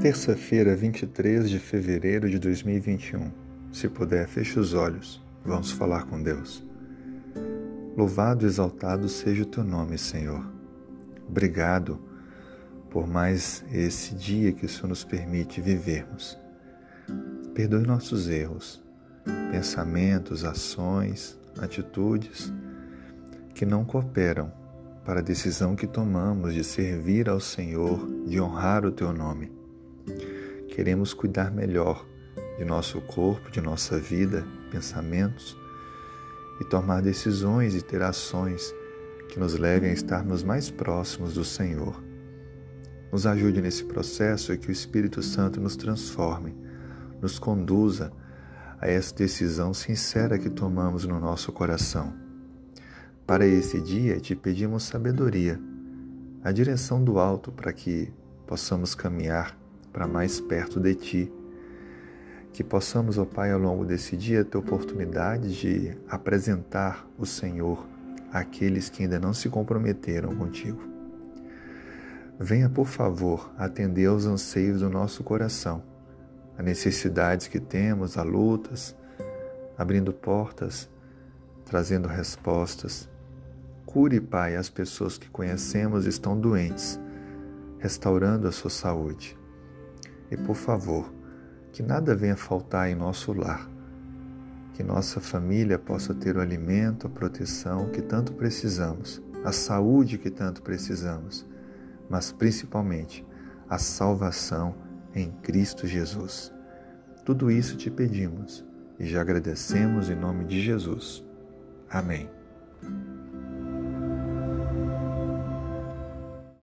Terça-feira, 23 de fevereiro de 2021. Se puder, feche os olhos. Vamos falar com Deus. Louvado e exaltado seja o Teu nome, Senhor. Obrigado por mais esse dia que o Senhor nos permite vivermos. Perdoe nossos erros, pensamentos, ações, atitudes que não cooperam para a decisão que tomamos de servir ao Senhor, de honrar o Teu nome. Queremos cuidar melhor de nosso corpo, de nossa vida, pensamentos e tomar decisões e ter ações que nos levem a estarmos mais próximos do Senhor. Nos ajude nesse processo e que o Espírito Santo nos transforme, nos conduza a essa decisão sincera que tomamos no nosso coração. Para esse dia, te pedimos sabedoria, a direção do alto para que possamos caminhar para mais perto de Ti. Que possamos, ó Pai, ao longo desse dia, ter oportunidade de apresentar o Senhor àqueles que ainda não se comprometeram contigo. Venha, por favor, atender aos anseios do nosso coração, a necessidades que temos, a lutas, abrindo portas, trazendo respostas. Cure, Pai, as pessoas que conhecemos e estão doentes, restaurando a sua saúde. E, por favor, que nada venha faltar em nosso lar, que nossa família possa ter o alimento, a proteção que tanto precisamos, a saúde que tanto precisamos, mas principalmente a salvação em Cristo Jesus. Tudo isso te pedimos e já agradecemos em nome de Jesus. Amém.